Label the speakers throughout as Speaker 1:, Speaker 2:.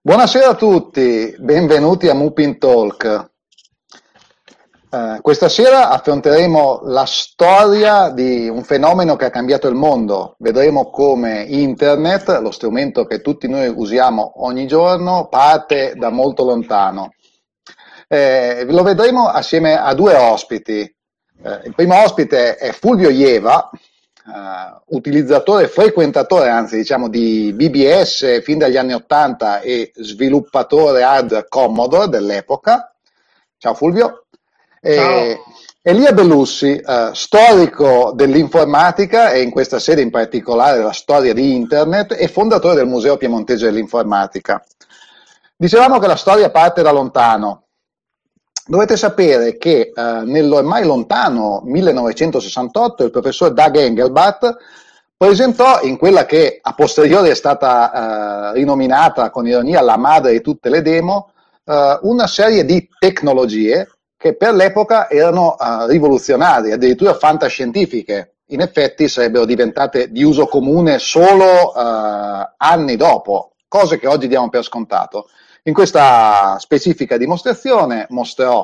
Speaker 1: Buonasera a tutti, benvenuti a Mupin Talk. Questa sera affronteremo la storia di un fenomeno che ha cambiato il mondo. Vedremo come Internet, lo strumento che tutti noi usiamo ogni giorno, parte da molto lontano. Lo vedremo assieme a due ospiti. Il primo ospite è Fulvio Ieva, utilizzatore, frequentatore anzi diciamo di BBS fin dagli anni '80 e sviluppatore hardware Commodore dell'epoca. Ciao Fulvio.
Speaker 2: Ciao.
Speaker 1: Elia Bellussi, storico dell'informatica e in questa sede in particolare della storia di Internet e fondatore del Museo Piemontese dell'Informatica. Dicevamo che la storia parte da lontano. Dovete sapere che nell'ormai lontano 1968 il professor Doug Engelbart presentò in quella che a posteriori è stata rinominata con ironia la madre di tutte le demo, una serie di tecnologie che per l'epoca erano rivoluzionarie, addirittura fantascientifiche. In effetti sarebbero diventate di uso comune solo anni dopo, cose che oggi diamo per scontato. In questa specifica dimostrazione mostrerò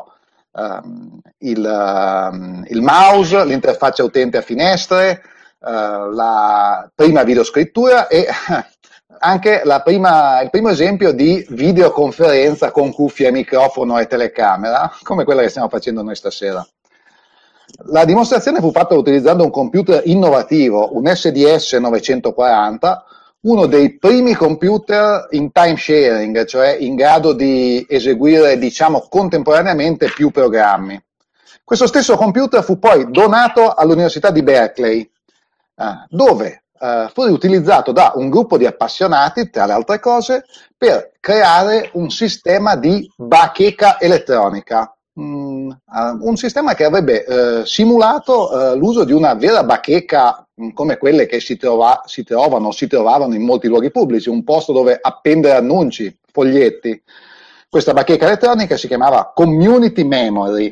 Speaker 1: il mouse, l'interfaccia utente a finestre, la prima videoscrittura e anche il primo esempio di videoconferenza con cuffie, microfono e telecamera, come quella che stiamo facendo noi stasera. La dimostrazione fu fatta utilizzando un computer innovativo, un SDS 940, uno dei primi computer in time sharing, cioè in grado di eseguire, diciamo, contemporaneamente più programmi. Questo stesso computer fu poi donato all'Università di Berkeley, dove fu riutilizzato da un gruppo di appassionati, tra le altre cose, per creare un sistema di bacheca elettronica. Un sistema che avrebbe simulato l'uso di una vera bacheca come quelle che si trovavano in molti luoghi pubblici, un posto dove appendere annunci, foglietti. Questa bacheca elettronica si chiamava Community Memory.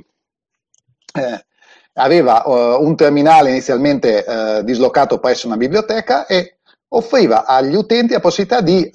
Speaker 1: Aveva un terminale inizialmente dislocato presso una biblioteca e offriva agli utenti la possibilità di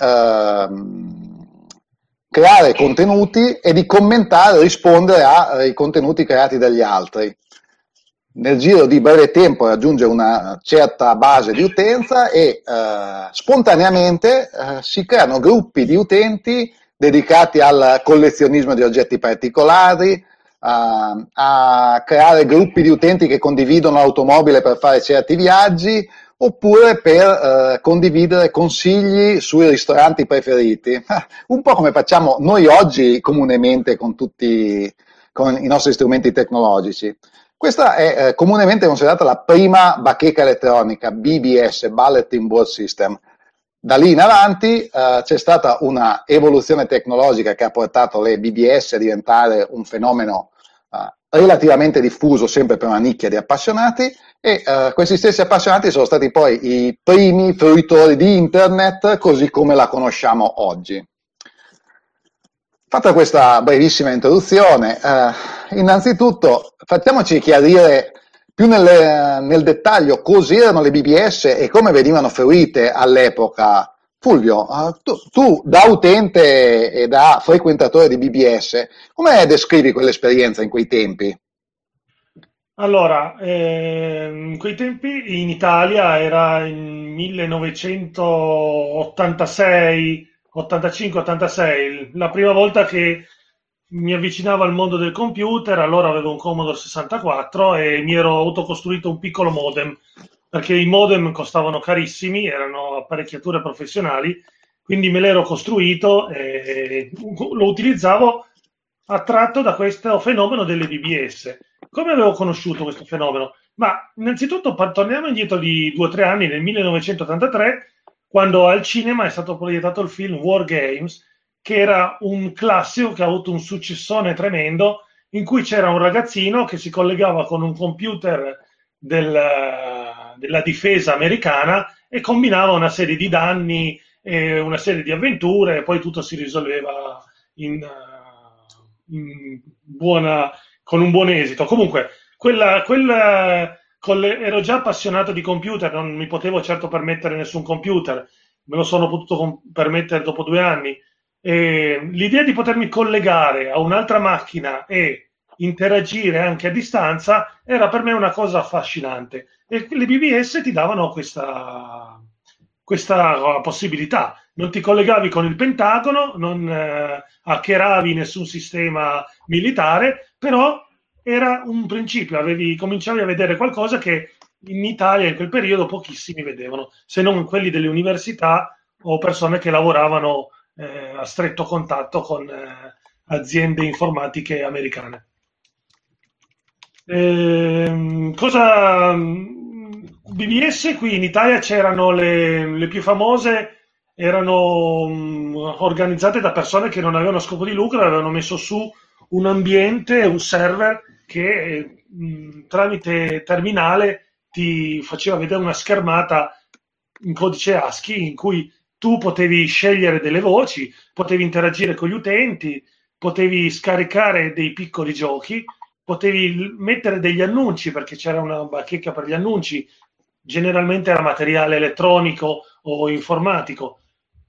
Speaker 1: creare contenuti e di commentare, rispondere ai contenuti creati dagli altri. Nel giro di breve tempo raggiunge una certa base di utenza e spontaneamente si creano gruppi di utenti dedicati al collezionismo di oggetti particolari, a creare gruppi di utenti che condividono l'automobile per fare certi viaggi, oppure per condividere consigli sui ristoranti preferiti, un po' come facciamo noi oggi comunemente con i nostri strumenti tecnologici. Questa è comunemente considerata la prima bacheca elettronica, BBS, Bulletin Board System. Da lì in avanti c'è stata una evoluzione tecnologica che ha portato le BBS a diventare un fenomeno relativamente diffuso, sempre per una nicchia di appassionati, e questi stessi appassionati sono stati poi i primi fruitori di Internet così come la conosciamo oggi. Fatta questa brevissima introduzione, innanzitutto facciamoci chiarire più nel dettaglio cos'erano le BBS e come venivano fruite all'epoca. Fulvio, tu da utente e da frequentatore di BBS, come descrivi quell'esperienza in quei tempi?
Speaker 2: Allora, in quei tempi in Italia era il 1986, 85-86, la prima volta che mi avvicinavo al mondo del computer. Allora avevo un Commodore 64 e mi ero autocostruito un piccolo modem, perché i modem costavano carissimi, erano apparecchiature professionali, quindi me l'ero costruito e lo utilizzavo attratto da questo fenomeno delle BBS. Come avevo conosciuto questo fenomeno? Ma innanzitutto torniamo indietro di 2 o 3 anni, nel 1983, quando al cinema è stato proiettato il film War Games, che era un classico che ha avuto un successone tremendo, in cui c'era un ragazzino che si collegava con un computer della difesa americana e combinava una serie di danni, una serie di avventure, e poi tutto si risolveva in, con un buon esito. Comunque, ero già appassionato di computer, non mi potevo certo permettere nessun computer, me lo sono potuto permettere dopo 2 anni, E l'idea di potermi collegare a un'altra macchina e interagire anche a distanza era per me una cosa affascinante e le BBS ti davano questa possibilità. Non ti collegavi con il Pentagono, non hackeravi nessun sistema militare, però era un principio, cominciavi a vedere qualcosa che in Italia in quel periodo pochissimi vedevano, se non quelli delle università o persone che lavoravano a stretto contatto con aziende informatiche americane. BBS qui in Italia c'erano le più famose, erano organizzate da persone che non avevano scopo di lucro, avevano messo su un ambiente, un server che tramite terminale ti faceva vedere una schermata in codice ASCII in cui tu potevi scegliere delle voci, potevi interagire con gli utenti, potevi scaricare dei piccoli giochi, potevi mettere degli annunci perché c'era una bacheca per gli annunci, generalmente era materiale elettronico o informatico.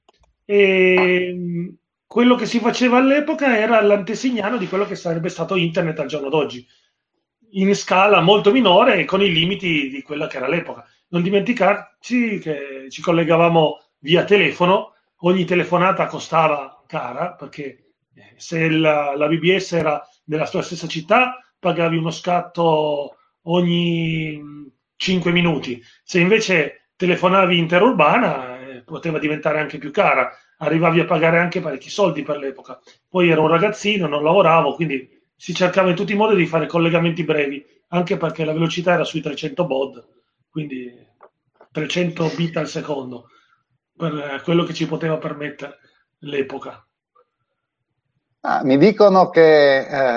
Speaker 2: E quello che si faceva all'epoca era l'antesignano di quello che sarebbe stato internet al giorno d'oggi, in scala molto minore e con i limiti di quella che era l'epoca. Non dimenticarci che ci collegavamo via telefono, ogni telefonata costava cara perché se la BBS era nella tua stessa città pagavi uno scatto ogni 5 minuti, se invece telefonavi interurbana poteva diventare anche più cara, arrivavi a pagare anche parecchi soldi per l'epoca. Poi ero un ragazzino, non lavoravo, quindi si cercava in tutti i modi di fare collegamenti brevi, anche perché la velocità era sui 300 baud, quindi 300 bit al secondo, per quello che ci poteva permettere l'epoca.
Speaker 1: Mi dicono che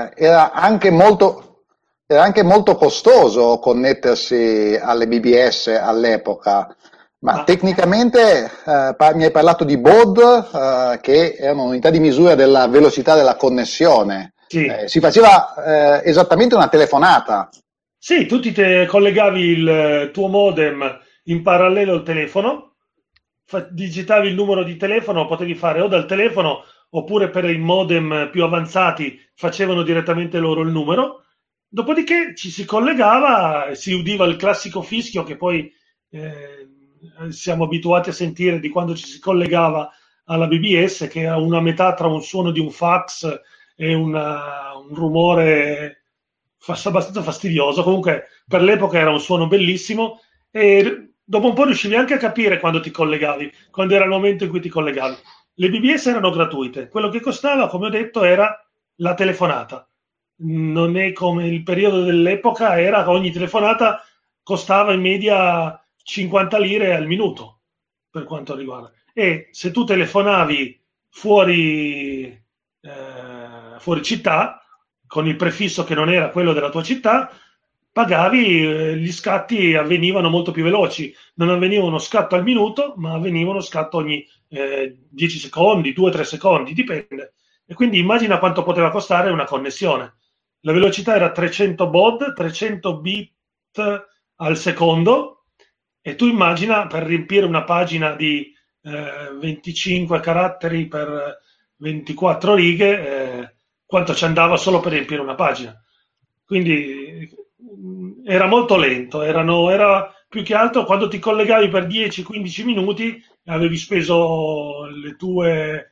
Speaker 1: era anche molto costoso connettersi alle BBS all'epoca, ma
Speaker 2: Ma
Speaker 1: tecnicamente mi hai parlato di baud, che è un'unità di misura della velocità della connessione.
Speaker 2: sì,
Speaker 1: Si faceva esattamente una telefonata.
Speaker 2: sì, tu collegavi il tuo modem in parallelo al telefono, digitavi il numero di telefono, potevi fare o dal telefono oppure per i modem più avanzati facevano direttamente loro il numero, dopodiché ci si collegava e si udiva il classico fischio che poi siamo abituati a sentire di quando ci si collegava alla BBS, che era una metà tra un suono di un fax e un rumore abbastanza fastidioso. Comunque per l'epoca era un suono bellissimo e dopo un po' riuscivi anche a capire quando ti collegavi, quando era il momento in cui ti collegavi. Le BBS erano gratuite, quello che costava, come ho detto, era la telefonata. Non è come il periodo dell'epoca, era che ogni telefonata costava in media 50 lire al minuto, per quanto riguarda. E se tu telefonavi fuori, fuori città, con il prefisso che non era quello della tua città, pagavi, gli scatti avvenivano molto più veloci, non avveniva uno scatto al minuto, ma avveniva uno scatto ogni 10 secondi, 2-3 secondi, dipende. E quindi immagina quanto poteva costare una connessione. La velocità era 300 baud, 300 bit al secondo, e tu immagina per riempire una pagina di 25 caratteri per 24 righe, quanto ci andava solo per riempire una pagina. Quindi era molto lento, era più che altro quando ti collegavi per 10-15 minuti avevi speso le tue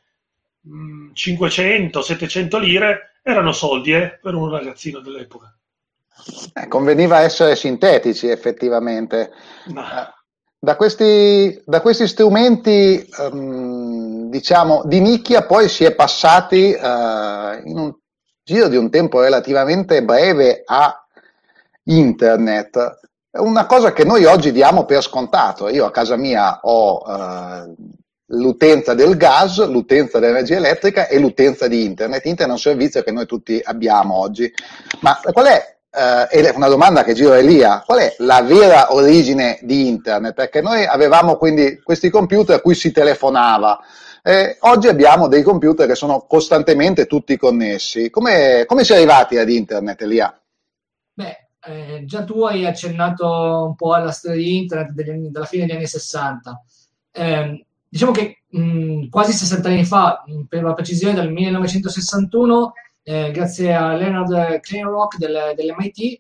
Speaker 2: 500-700 lire, erano soldi per un ragazzino dell'epoca.
Speaker 1: Conveniva essere sintetici, effettivamente.
Speaker 2: Ma,
Speaker 1: Da questi strumenti, diciamo, di nicchia, poi si è passati, in un giro di un tempo relativamente breve a internet. È una cosa che noi oggi diamo per scontato. Io a casa mia ho l'utenza del gas, l'utenza dell'energia elettrica e l'utenza di internet. Internet è un servizio che noi tutti abbiamo oggi. Ma qual è, ed è una domanda che giro a Elia, qual è la vera origine di internet? Perché noi avevamo quindi questi computer a cui si telefonava. Oggi abbiamo dei computer che sono costantemente tutti connessi. Come si è arrivati ad internet, Elia?
Speaker 3: Beh, già tu hai accennato un po' alla storia di internet della fine degli anni 60. diciamo che quasi 60 anni fa, per la precisione dal 1961, grazie a Leonard Kleinrock dell'MIT,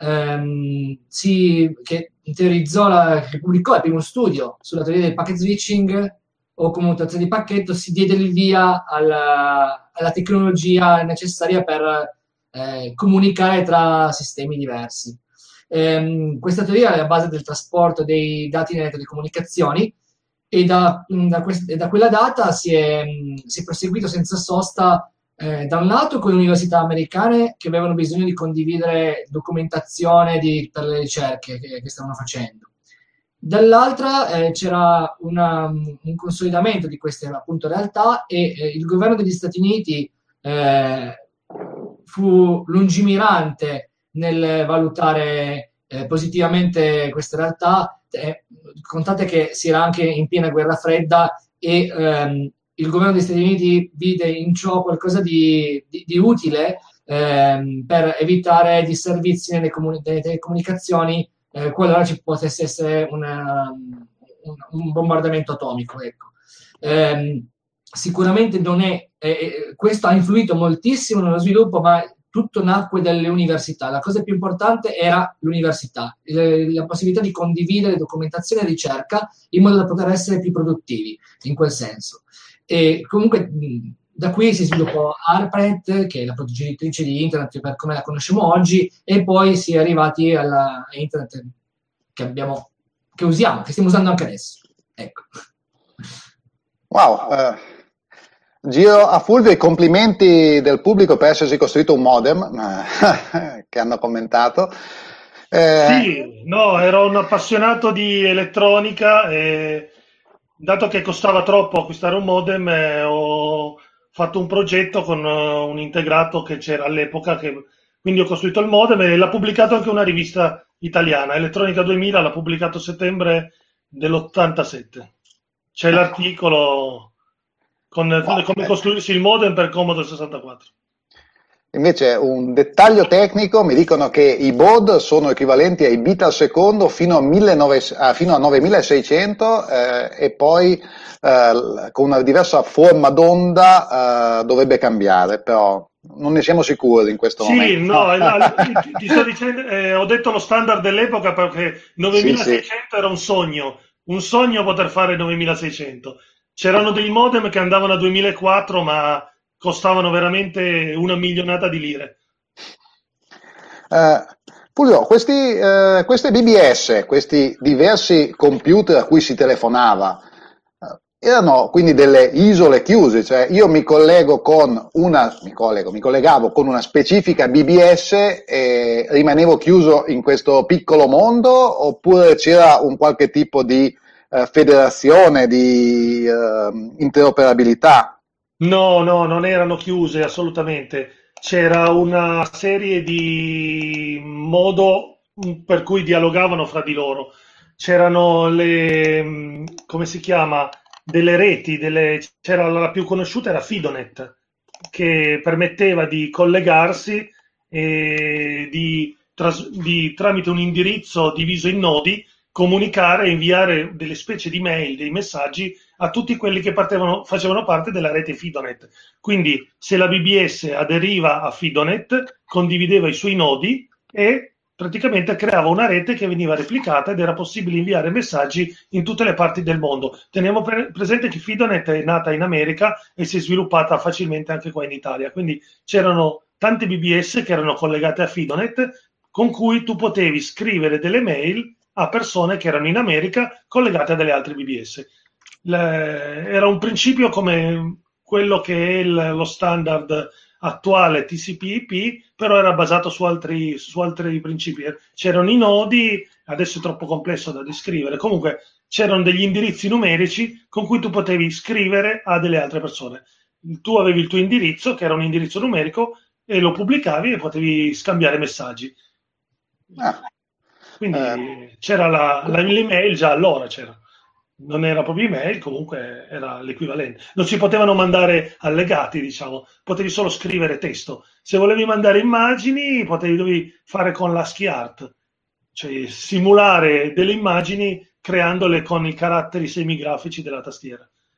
Speaker 3: che che pubblicò il primo studio sulla teoria del packet switching o commutazione di pacchetto, si diede il via alla tecnologia necessaria per comunicare tra sistemi diversi. Questa teoria è la base del trasporto dei dati nelle telecomunicazioni e da quella data si è proseguito senza sosta, da un lato con le università americane che avevano bisogno di condividere documentazione per le ricerche che stavano facendo. Dall'altra c'era un consolidamento di queste appunto realtà e il governo degli Stati Uniti fu lungimirante nel valutare positivamente queste realtà. Contate che si era anche in piena guerra fredda e il governo degli Stati Uniti vide in ciò qualcosa di utile per evitare disservizi nelle telecomunicazioni qualora ci potesse essere un bombardamento atomico. Ecco. Sicuramente non è questo ha influito moltissimo nello sviluppo, ma tutto nacque dalle università. La cosa più importante era l'università, la possibilità di condividere documentazione e ricerca in modo da poter essere più produttivi in quel senso. E comunque da qui si sviluppò ARPANET, che è la progenitrice di Internet per come la conosciamo oggi, e poi si è arrivati alla Internet che usiamo, che stiamo usando anche adesso. Ecco.
Speaker 1: Wow, giro a Fulvio i complimenti del pubblico per essersi costruito un modem che hanno commentato.
Speaker 2: Sì, no, ero un appassionato di elettronica e dato che costava troppo acquistare un modem, ho fatto un progetto con un integrato che c'era all'epoca, quindi ho costruito il modem e l'ha pubblicato anche una rivista italiana, Elettronica 2000, l'ha pubblicato a settembre dell'87. C'è l'articolo con come costruirsi il modem per Commodore 64.
Speaker 1: Invece un dettaglio tecnico, mi dicono che i baud sono equivalenti ai bit al secondo fino a 9600 e poi con una diversa forma d'onda dovrebbe cambiare, però non ne siamo sicuri in questo momento.
Speaker 2: Sì, no, ti sto dicendo, ho detto lo standard dell'epoca perché 9600 era un sogno poter fare 9600. C'erano dei modem che andavano a 2004, ma costavano veramente una milionata di lire.
Speaker 1: Fulvio, queste BBS, questi diversi computer a cui si telefonava, erano quindi delle isole chiuse, cioè io mi collegavo con una specifica BBS e rimanevo chiuso in questo piccolo mondo, oppure c'era un qualche tipo di federazione, di interoperabilità?
Speaker 2: No, no, non erano chiuse assolutamente. C'era una serie di modo per cui dialogavano fra di loro. C'erano come si chiama? Delle reti, c'era la più conosciuta era Fidonet, che permetteva di collegarsi e tramite un indirizzo diviso in nodi, comunicare e inviare delle specie di mail, dei messaggi a tutti quelli che facevano parte della rete Fidonet. Quindi se la BBS aderiva a Fidonet, condivideva i suoi nodi e praticamente creava una rete che veniva replicata ed era possibile inviare messaggi in tutte le parti del mondo. Teniamo presente che Fidonet è nata in America e si è sviluppata facilmente anche qua in Italia, quindi c'erano tante BBS che erano collegate a Fidonet con cui tu potevi scrivere delle mail a persone che erano in America collegate a delle altre BBS. Era un principio come quello che è lo standard attuale TCP/IP, però era basato su altri principi. C'erano i nodi, adesso è troppo complesso da descrivere, comunque c'erano degli indirizzi numerici con cui tu potevi scrivere a delle altre persone. Tu avevi il tuo indirizzo, che era un indirizzo numerico, e lo pubblicavi e potevi scambiare messaggi. Quindi c'era l'email già allora, c'era. Non era proprio email, comunque era l'equivalente. Non si potevano mandare allegati, diciamo, potevi solo scrivere testo. Se volevi mandare immagini, dovevi fare con l'ASCII art, cioè simulare delle immagini creandole con i caratteri semigrafici della tastiera.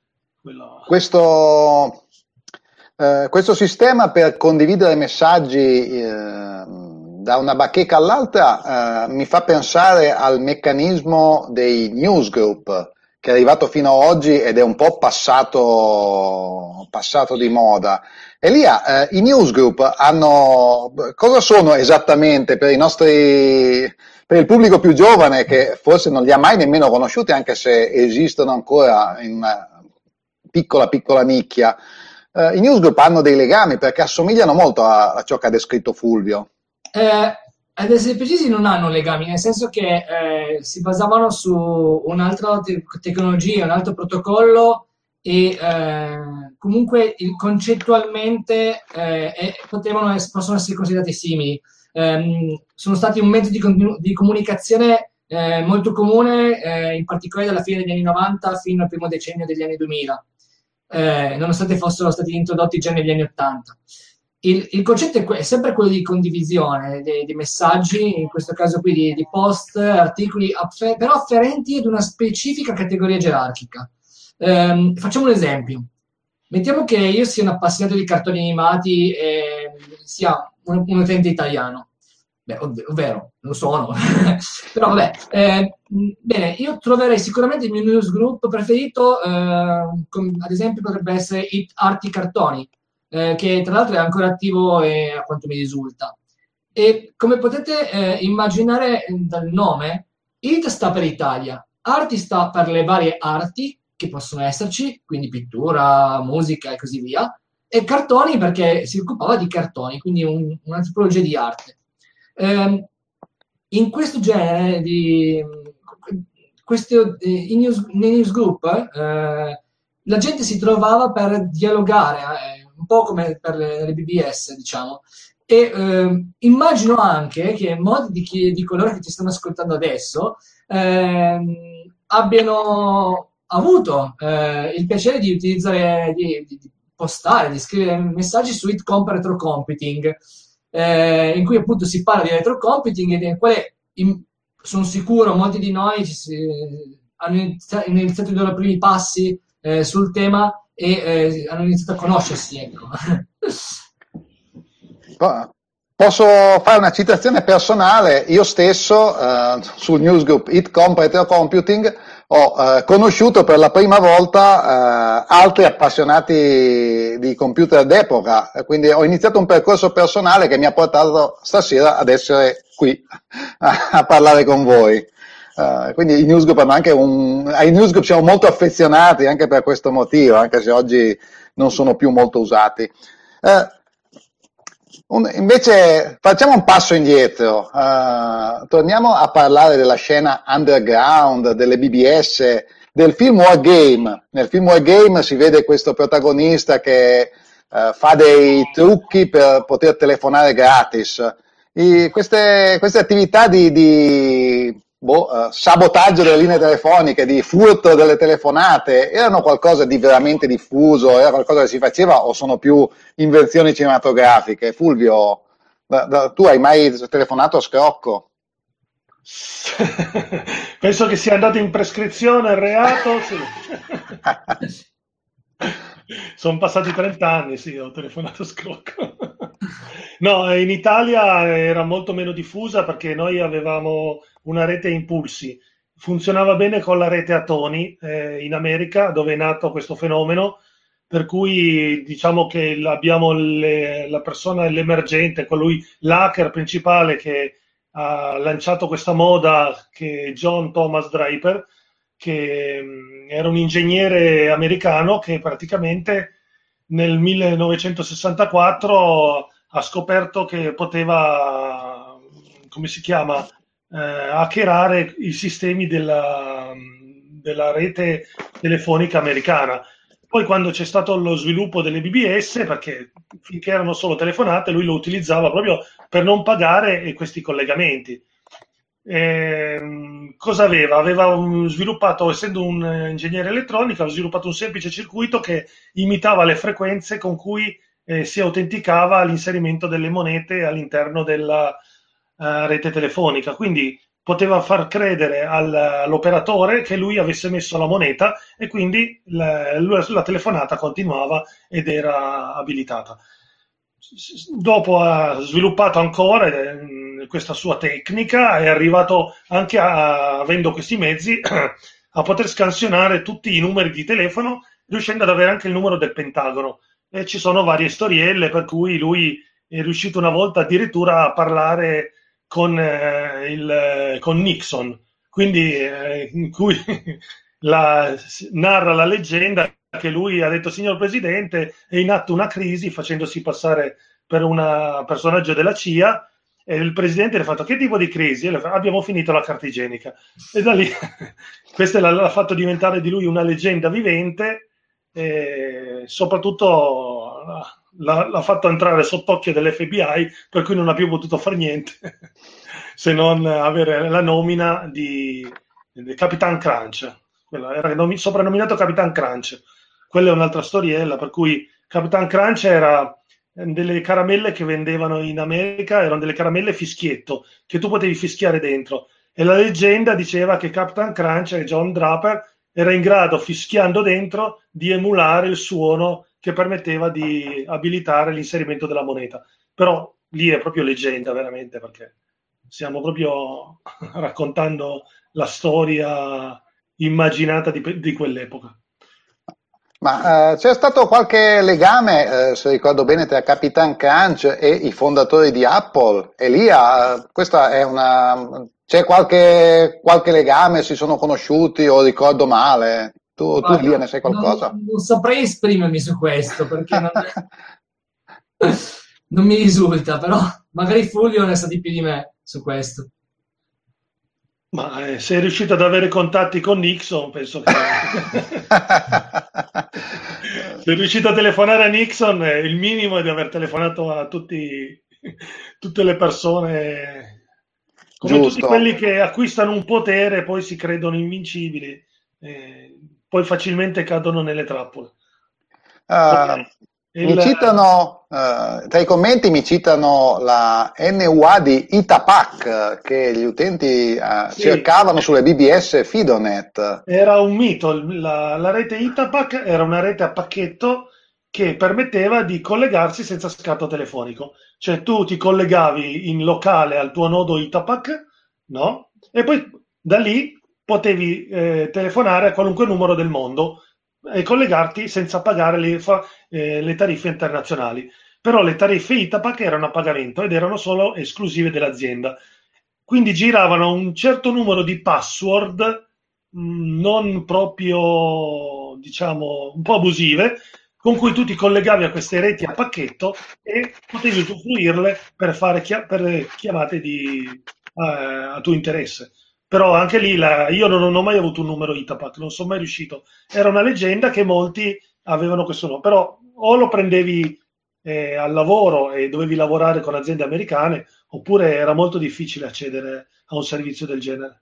Speaker 1: Questo sistema per condividere messaggi da una bacheca all'altra mi fa pensare al meccanismo dei newsgroup, che è arrivato fino ad oggi ed è un po' passato di moda. Elia, i newsgroup cosa sono esattamente per il pubblico più giovane, che forse non li ha mai nemmeno conosciuti, anche se esistono ancora in una piccola nicchia? I newsgroup hanno dei legami perché assomigliano molto a ciò che ha descritto Fulvio.
Speaker 3: Ad essere precisi, non hanno legami, nel senso che si basavano su un'altra tecnologia, un altro protocollo e comunque concettualmente possono essere considerati simili. Sono stati un mezzo di comunicazione molto comune, in particolare dalla fine degli anni 90 fino al primo decennio degli anni 2000. Nonostante fossero stati introdotti già negli anni 80. Il concetto è sempre quello di condivisione di messaggi, in questo caso qui di post, articoli, però afferenti ad una specifica categoria gerarchica. Facciamo un esempio. Mettiamo che io sia un appassionato di cartoni animati e sia un utente italiano. Beh, ovvero, lo sono. Però vabbè, bene, io troverei sicuramente il mio newsgroup preferito, ad esempio potrebbe essere It Arti Cartoni, che tra l'altro è ancora attivo a quanto mi risulta. E come potete immaginare dal nome, It sta per Italia, Arti sta per le varie arti che possono esserci, quindi pittura, musica e così via, e Cartoni perché si occupava di cartoni, quindi una tipologia di arte. In questo genere nei newsgroup la gente si trovava per dialogare, un po' come per le BBS, diciamo, e immagino anche che molti di coloro che ci stanno ascoltando adesso abbiano avuto il piacere di utilizzare, di postare, di scrivere messaggi su It Comp Retro Computing, in cui appunto si parla di retro computing e nel quale sono sicuro molti di noi hanno iniziato i loro primi passi sul tema e hanno iniziato a conoscersi, ecco.
Speaker 1: Posso fare una citazione personale? Io stesso sul newsgroup It Comp Retro Computing ho conosciuto per la prima volta altri appassionati di computer d'epoca, quindi ho iniziato un percorso personale che mi ha portato stasera ad essere qui a parlare con voi. Quindi i newsgroup hanno anche ai newsgroup siamo molto affezionati anche per questo motivo, anche se oggi non sono più molto usati. Invece facciamo un passo indietro, torniamo a parlare della scena underground, delle BBS, del film Wargame. Nel film Wargame si vede questo protagonista che fa dei trucchi per poter telefonare gratis. Queste attività di sabotaggio delle linee telefoniche, di furto delle telefonate, erano qualcosa di veramente diffuso, era qualcosa che si faceva o sono più invenzioni cinematografiche? Fulvio, tu hai mai telefonato a scrocco?
Speaker 2: Penso che sia andato in prescrizione il reato, sì. Sono passati 30 anni, sì, ho telefonato a scrocco. No, in Italia era molto meno diffusa perché noi avevamo una rete a impulsi. Funzionava bene con la rete a toni in America, dove è nato questo fenomeno, per cui diciamo che abbiamo la persona, l'emergente, l'hacker principale che ha lanciato questa moda, che è John Thomas Draper, che era un ingegnere americano che praticamente nel 1964 ha scoperto che poteva, come si chiama, hackerare i sistemi della rete telefonica americana. Poi quando c'è stato lo sviluppo delle BBS, perché finché erano solo telefonate, lui lo utilizzava proprio per non pagare questi collegamenti. Cosa aveva? Aveva sviluppato, essendo un ingegnere elettronico, aveva sviluppato un semplice circuito che imitava le frequenze con cui si autenticava l'inserimento delle monete all'interno della rete telefonica. Quindi poteva far credere all'operatore che lui avesse messo la moneta e quindi la telefonata continuava ed era abilitata. Dopo ha sviluppato ancora questa sua tecnica, è arrivato anche avendo questi mezzi a poter scansionare tutti i numeri di telefono, riuscendo ad avere anche il numero del Pentagono. E ci sono varie storielle per cui lui è riuscito una volta addirittura a parlare con Nixon, quindi in cui narra la leggenda che lui ha detto: signor Presidente, è in atto una crisi, facendosi passare per un personaggio della CIA, e il Presidente le ha fatto: che tipo di crisi? E abbiamo finito la carta igienica. E da lì questo l'ha fatto diventare di lui una leggenda vivente, e soprattutto l'ha fatto entrare sott'occhio dell'FBI, per cui non ha più potuto fare niente se non avere la nomina di Capitan Crunch. Era soprannominato Capitan Crunch. Quella è un'altra storiella, per cui Capitan Crunch era delle caramelle che vendevano in America, erano delle caramelle fischietto che tu potevi fischiare dentro, e la leggenda diceva che Capitan Crunch e John Draper era in grado, fischiando dentro, di emulare il suono che permetteva di abilitare l'inserimento della moneta. Però lì è proprio leggenda, veramente, perché stiamo proprio raccontando la storia immaginata di quell'epoca.
Speaker 1: Ma c'è stato qualche legame, se ricordo bene, tra Capitan Crunch e i fondatori di Apple? E lì questa è c'è qualche legame, si sono conosciuti o ricordo male? Tu lì ne sai qualcosa?
Speaker 3: Non saprei esprimermi su questo perché non mi risulta, però magari Fulvio ne sa di più di me su questo.
Speaker 2: Ma se è riuscito ad avere contatti con Nixon, penso che se è riuscito a telefonare a Nixon, il minimo è di aver telefonato a tutte le persone, come
Speaker 1: Giusto.
Speaker 2: tutti quelli che acquistano un potere e poi si credono invincibili, poi facilmente cadono nelle trappole.
Speaker 1: Mi citano, tra i commenti mi citano la NUA di Itapac che gli utenti
Speaker 2: Sì.
Speaker 1: cercavano sulle BBS Fidonet.
Speaker 2: Era un mito, la rete Itapac era una rete a pacchetto che permetteva di collegarsi senza scatto telefonico, cioè tu ti collegavi in locale al tuo nodo Itapac, no? E poi da lì potevi telefonare a qualunque numero del mondo e collegarti senza pagare le tariffe internazionali. Però le tariffe Itapac erano a pagamento ed erano solo esclusive dell'azienda. Quindi giravano un certo numero di password non proprio, diciamo, un po' abusive, con cui tu ti collegavi a queste reti a pacchetto e potevi usufruirle per fare chiamate a tuo interesse. Però anche lì io non ho mai avuto un numero Itapac, non sono mai riuscito. Era una leggenda che molti avevano questo nome, però o lo prendevi al lavoro e dovevi lavorare con aziende americane, oppure era molto difficile accedere a un servizio del genere.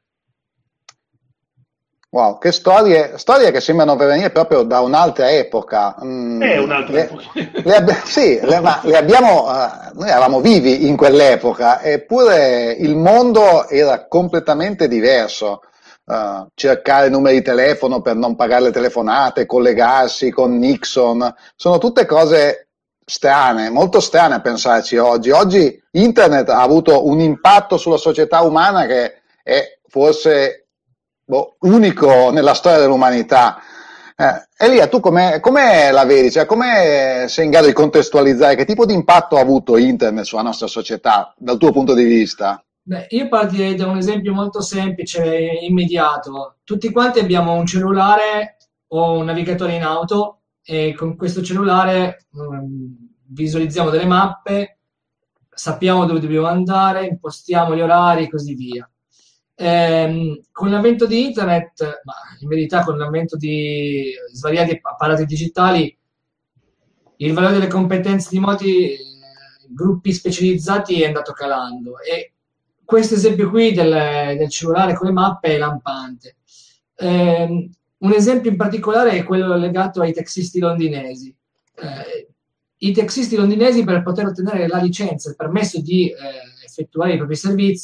Speaker 1: Wow, che storie che sembrano venire proprio da un'altra epoca.
Speaker 2: È un'altra epoca.
Speaker 1: Ma le abbiamo, noi eravamo vivi in quell'epoca, eppure il mondo era completamente diverso. Cercare numeri di telefono per non pagare le telefonate, collegarsi con Nixon, sono tutte cose strane, molto strane a pensarci oggi. Oggi Internet ha avuto un impatto sulla società umana che è forse unico nella storia dell'umanità. Elia, tu come la vedi? Cioè, come sei in grado di contestualizzare che tipo di impatto ha avuto Internet sulla nostra società dal tuo punto di vista?
Speaker 3: Beh, io partirei da un esempio molto semplice e immediato. Tutti quanti abbiamo un cellulare o un navigatore in auto e con questo cellulare visualizziamo delle mappe, sappiamo dove dobbiamo andare, impostiamo gli orari e così via. Con l'avvento di Internet, ma in verità con l'avvento di svariati apparati digitali, il valore delle competenze di molti gruppi specializzati è andato calando e questo esempio qui del cellulare con le mappe è lampante. Un esempio in particolare è quello legato ai taxisti londinesi. I taxisti londinesi, per poter ottenere la licenza, il permesso di effettuare i propri servizi,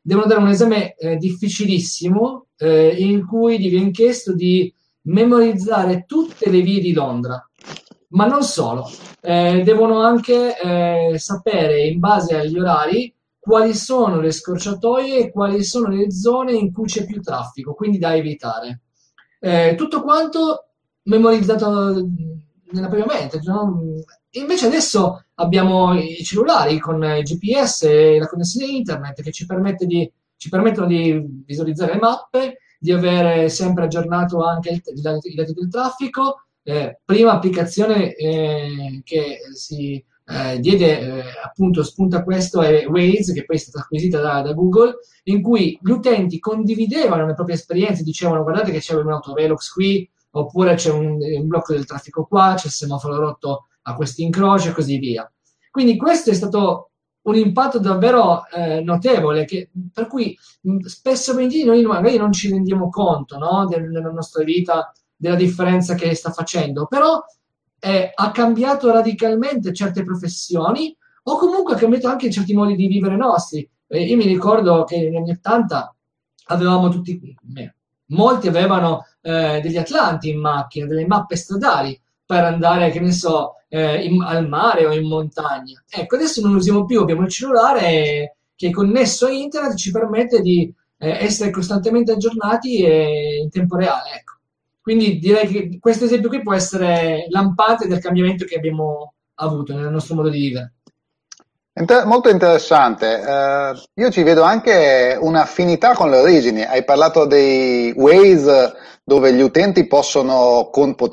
Speaker 3: devono dare un esame difficilissimo in cui gli viene chiesto di memorizzare tutte le vie di Londra, ma non solo, devono anche sapere in base agli orari quali sono le scorciatoie e quali sono le zone in cui c'è più traffico, quindi da evitare. Tutto quanto memorizzato nella prima mente, no? Invece adesso abbiamo i cellulari con il GPS e la connessione internet che ci permettono di visualizzare le mappe, di avere sempre aggiornato anche i dati del traffico. Prima applicazione che si diede appunto spunto a questo è Waze, che poi è stata acquisita da Google, in cui gli utenti condividevano le proprie esperienze, dicevano guardate che c'è un autovelox qui, oppure c'è un blocco del traffico qua, c'è il semaforo rotto a questi incroci e così via. Quindi questo è stato un impatto davvero notevole, per cui spesso noi magari non ci rendiamo conto, no, nella nostra vita della differenza che sta facendo, però ha cambiato radicalmente certe professioni o comunque ha cambiato anche certi modi di vivere nostri. Io mi ricordo che negli anni 80 avevamo molti avevano degli atlanti in macchina, delle mappe stradali per andare, che ne so, al mare o in montagna. Ecco, adesso non lo usiamo più, abbiamo il cellulare che è connesso a internet, ci permette di essere costantemente aggiornati e in tempo reale, ecco. Quindi direi che questo esempio qui può essere lampante del cambiamento che abbiamo avuto nel nostro modo di vivere.
Speaker 1: Molto interessante. Io ci vedo anche un'affinità con le origini. Hai parlato dei Waze dove gli utenti possono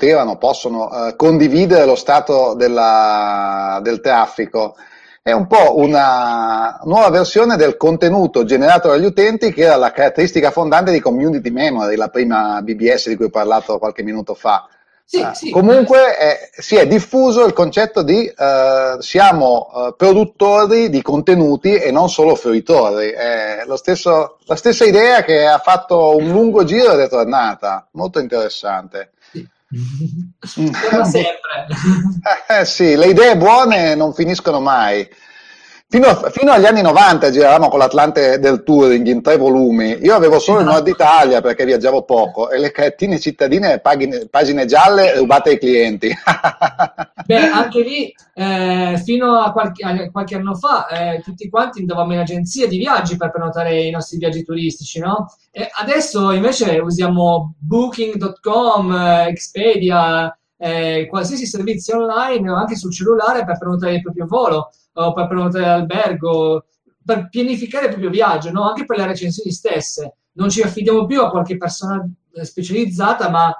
Speaker 1: condividere lo stato del traffico. È un po' una nuova versione del contenuto generato dagli utenti, che era la caratteristica fondante di Community Memory, la prima BBS di cui ho parlato qualche minuto fa. Sì. Comunque si è diffuso il concetto di siamo produttori di contenuti e non solo fruitori. La stessa idea che ha fatto un lungo giro ed è tornata. Molto interessante.
Speaker 3: Come sempre.
Speaker 1: Sì, le idee buone non finiscono mai. Fino agli anni 90 giravamo con l'Atlante del Touring in 3 volumi. Io avevo solo il Nord Italia perché viaggiavo poco e le cartine cittadine, pagine gialle rubate ai clienti.
Speaker 3: Beh, anche lì, fino a qualche anno fa, tutti quanti andavamo in agenzia di viaggi per prenotare i nostri viaggi turistici, no? E adesso invece usiamo Booking.com, Expedia, qualsiasi servizio online, anche sul cellulare, per prenotare il proprio volo o per prenotare l'albergo, per pianificare il proprio viaggio, no? Anche per le recensioni stesse. Non ci affidiamo più a qualche persona specializzata, ma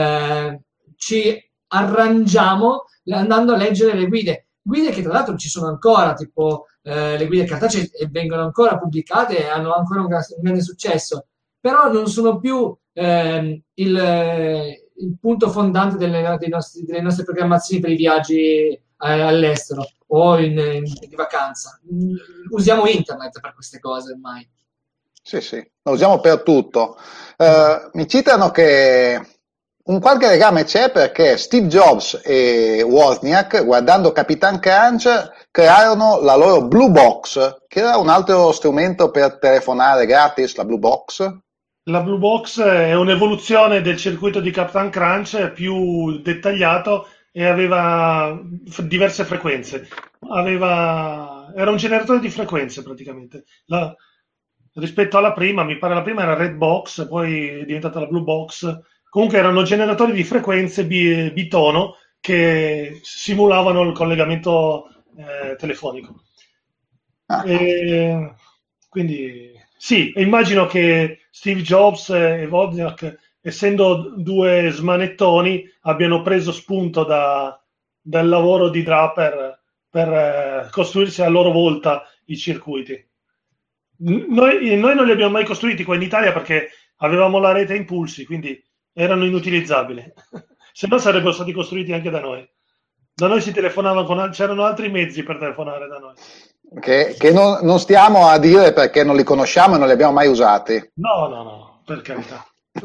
Speaker 3: ci arrangiamo andando a leggere le guide che tra l'altro ci sono ancora, tipo le guide cartacee, e vengono ancora pubblicate e hanno ancora un grande successo, però non sono più il punto fondante delle nostre programmazioni per i viaggi all'estero o di vacanza. Usiamo internet per queste cose ormai.
Speaker 1: Sì, lo usiamo per tutto. Mi citano che un qualche legame c'è perché Steve Jobs e Wozniak, guardando Capitan Crunch, crearono la loro Blue Box, che era un altro strumento per telefonare gratis, la Blue Box.
Speaker 2: La Blue Box è un'evoluzione del circuito di Captain Crunch, più dettagliato, e aveva diverse frequenze. Era un generatore di frequenze praticamente. Rispetto alla prima, mi pare la prima era Red Box, poi è diventata la Blue Box. Comunque erano generatori di frequenze bitono che simulavano il collegamento telefonico. Quindi sì, immagino che Steve Jobs e Wozniak, essendo 2 smanettoni, abbiano preso spunto dal lavoro di Draper per costruirsi a loro volta i circuiti. Noi non li abbiamo mai costruiti qua in Italia perché avevamo la rete a impulsi, quindi erano inutilizzabili. Se no sarebbero stati costruiti anche da noi. Da noi si telefonava c'erano altri mezzi per telefonare da noi.
Speaker 1: Che non stiamo a dire perché non li conosciamo e non li abbiamo mai usati.
Speaker 2: No, per carità.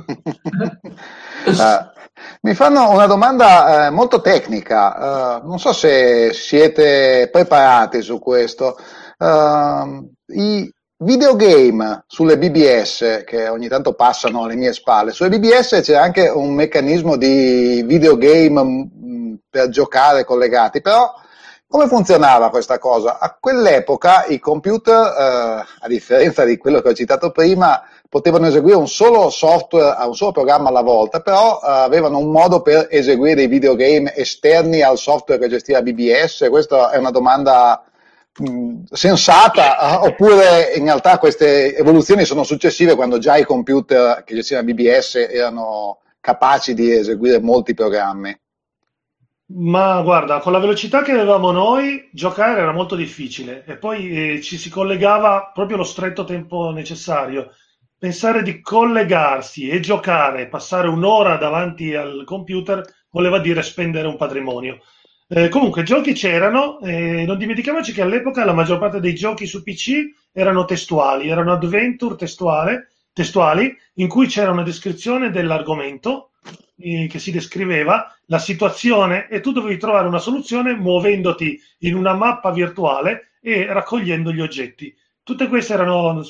Speaker 1: Mi fanno una domanda molto tecnica, non so se siete preparati su questo. videogame sulle BBS, che ogni tanto passano alle mie spalle, sulle BBS c'è anche un meccanismo di videogame per giocare collegati, però come funzionava questa cosa? A quell'epoca i computer, a differenza di quello che ho citato prima, potevano eseguire un solo software, un solo programma alla volta, però avevano un modo per eseguire dei videogame esterni al software che gestiva BBS. Questa è una domanda sensata, oppure in realtà queste evoluzioni sono successive quando già i computer che gestivano BBS erano capaci di eseguire molti programmi?
Speaker 2: Ma guarda, con la velocità che avevamo noi, giocare era molto difficile e poi ci si collegava proprio lo stretto tempo necessario. Pensare di collegarsi e giocare, passare un'ora davanti al computer, voleva dire spendere un patrimonio. Comunque, giochi c'erano, non dimentichiamoci che all'epoca la maggior parte dei giochi su PC erano testuali, erano adventure testuali, in cui c'era una descrizione dell'argomento che si descriveva, la situazione, e tu dovevi trovare una soluzione muovendoti in una mappa virtuale e raccogliendo gli oggetti. Tutte queste erano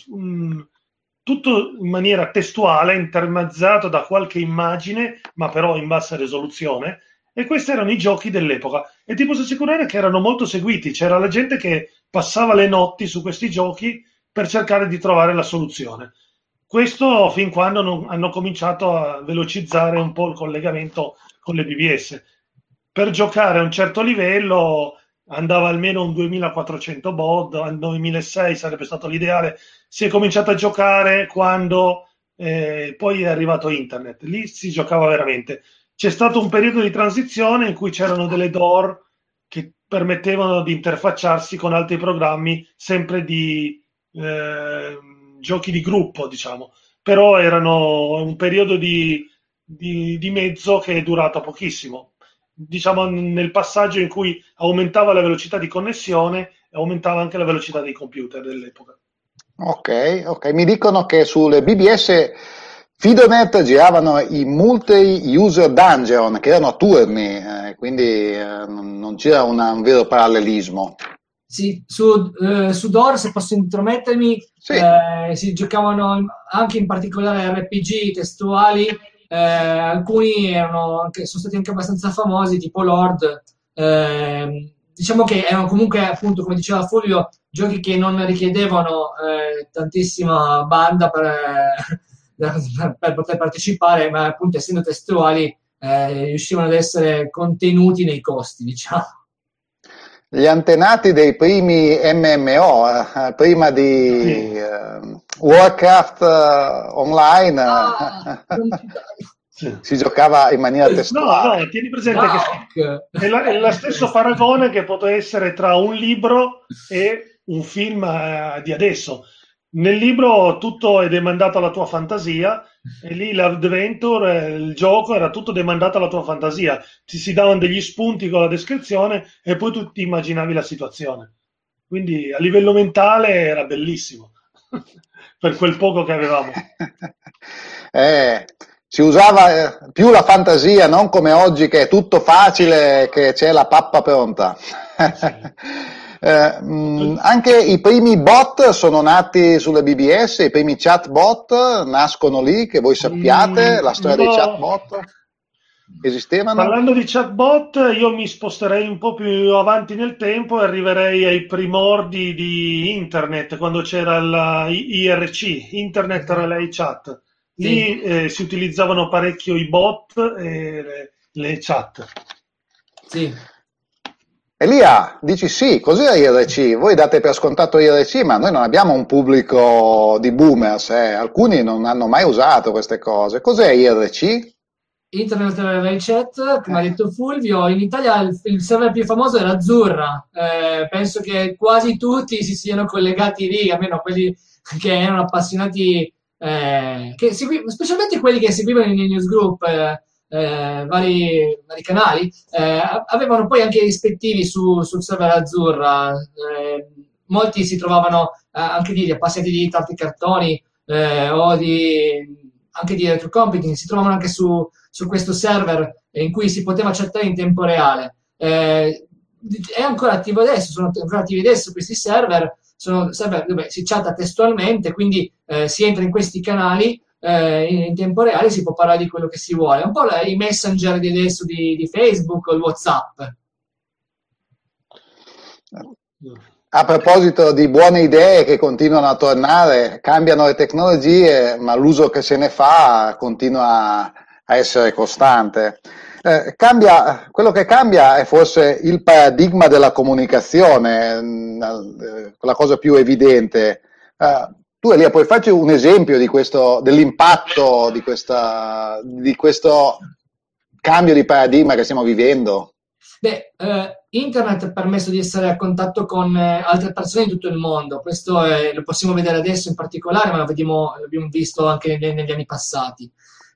Speaker 2: tutto in maniera testuale, intermezzato da qualche immagine, ma però in bassa risoluzione, e questi erano i giochi dell'epoca. E ti posso assicurare che erano molto seguiti, c'era la gente che passava le notti su questi giochi per cercare di trovare la soluzione. Questo fin quando hanno cominciato a velocizzare un po' il collegamento con le BBS. Per giocare a un certo livello andava almeno un 2400 baud, al 2006 sarebbe stato l'ideale. Si è cominciato a giocare quando poi è arrivato internet, lì si giocava veramente. C'è stato un periodo di transizione in cui c'erano delle door che permettevano di interfacciarsi con altri programmi, sempre di giochi di gruppo, diciamo, però erano un periodo di mezzo che è durato pochissimo, diciamo nel passaggio in cui aumentava la velocità di connessione e aumentava anche la velocità dei computer dell'epoca.
Speaker 1: Ok, mi dicono che sulle BBS Fidonet giravano i multi-user dungeon, che erano a turni, quindi non c'era un vero parallelismo.
Speaker 3: Sì, su Door, se posso intromettermi,
Speaker 1: Sì.
Speaker 3: Si giocavano anche in particolare RPG testuali, alcuni sono stati anche abbastanza famosi, tipo Lord. Diciamo che erano comunque, appunto, come diceva Fulvio, giochi che non richiedevano tantissima banda per poter partecipare, ma appunto essendo testuali riuscivano ad essere contenuti nei costi, diciamo.
Speaker 1: Gli antenati dei primi MMO, prima di Warcraft Online, si giocava in maniera testuale.
Speaker 2: No, tieni presente che è lo stesso paragone che poteva essere tra un libro e un film di adesso. Nel libro tutto è demandato alla tua fantasia e lì l'adventure, il gioco era tutto demandato alla tua fantasia. Ci si davano degli spunti con la descrizione e poi tu ti immaginavi la situazione. Quindi a livello mentale era bellissimo per quel poco che avevamo.
Speaker 1: Si usava più la fantasia, non come oggi che è tutto facile, che c'è la pappa pronta. Sì. Anche i primi bot sono nati sulle BBS, i primi chatbot nascono lì, che voi sappiate, la storia dei chatbot esistevano?
Speaker 2: Parlando di chatbot, io mi sposterei un po' più avanti nel tempo e arriverei ai primordi di internet, quando c'era l'IRC, Internet Relay Chat. Lì si utilizzavano parecchio i bot e le chat.
Speaker 3: Sì.
Speaker 1: Elia, dici sì, cos'è IRC? Voi date per scontato IRC, ma noi non abbiamo un pubblico di boomers, alcuni non hanno mai usato queste cose. Cos'è IRC?
Speaker 3: Internet Relay Chat, come ha detto Fulvio, in Italia il server più famoso era Azzurra. Penso che quasi tutti si siano collegati lì, almeno quelli che erano appassionati, specialmente quelli che seguivano i newsgroup. Vari canali avevano poi anche i rispettivi sul server Azzurra. Molti si trovavano anche di appassionati di tanti cartoni o anche di retro computing, si trovavano anche su questo server in cui si poteva chattare in tempo reale. È ancora attivo adesso, sono ancora attivi adesso questi server, server dove si chatta testualmente, quindi si entra in questi canali in tempo reale, si può parlare di quello che si vuole. Un po' i messenger di adesso di Facebook o il WhatsApp.
Speaker 1: A proposito di buone idee che continuano a tornare, cambiano le tecnologie, ma l'uso che se ne fa continua a essere costante. Quello che cambia è forse il paradigma della comunicazione, la cosa più evidente. Tu, Elia, puoi farci un esempio di dell'impatto di questo cambio di paradigma che stiamo vivendo?
Speaker 3: Beh, internet ha permesso di essere a contatto con altre persone di tutto il mondo. Questo lo possiamo vedere adesso in particolare, ma l'abbiamo visto anche negli anni passati.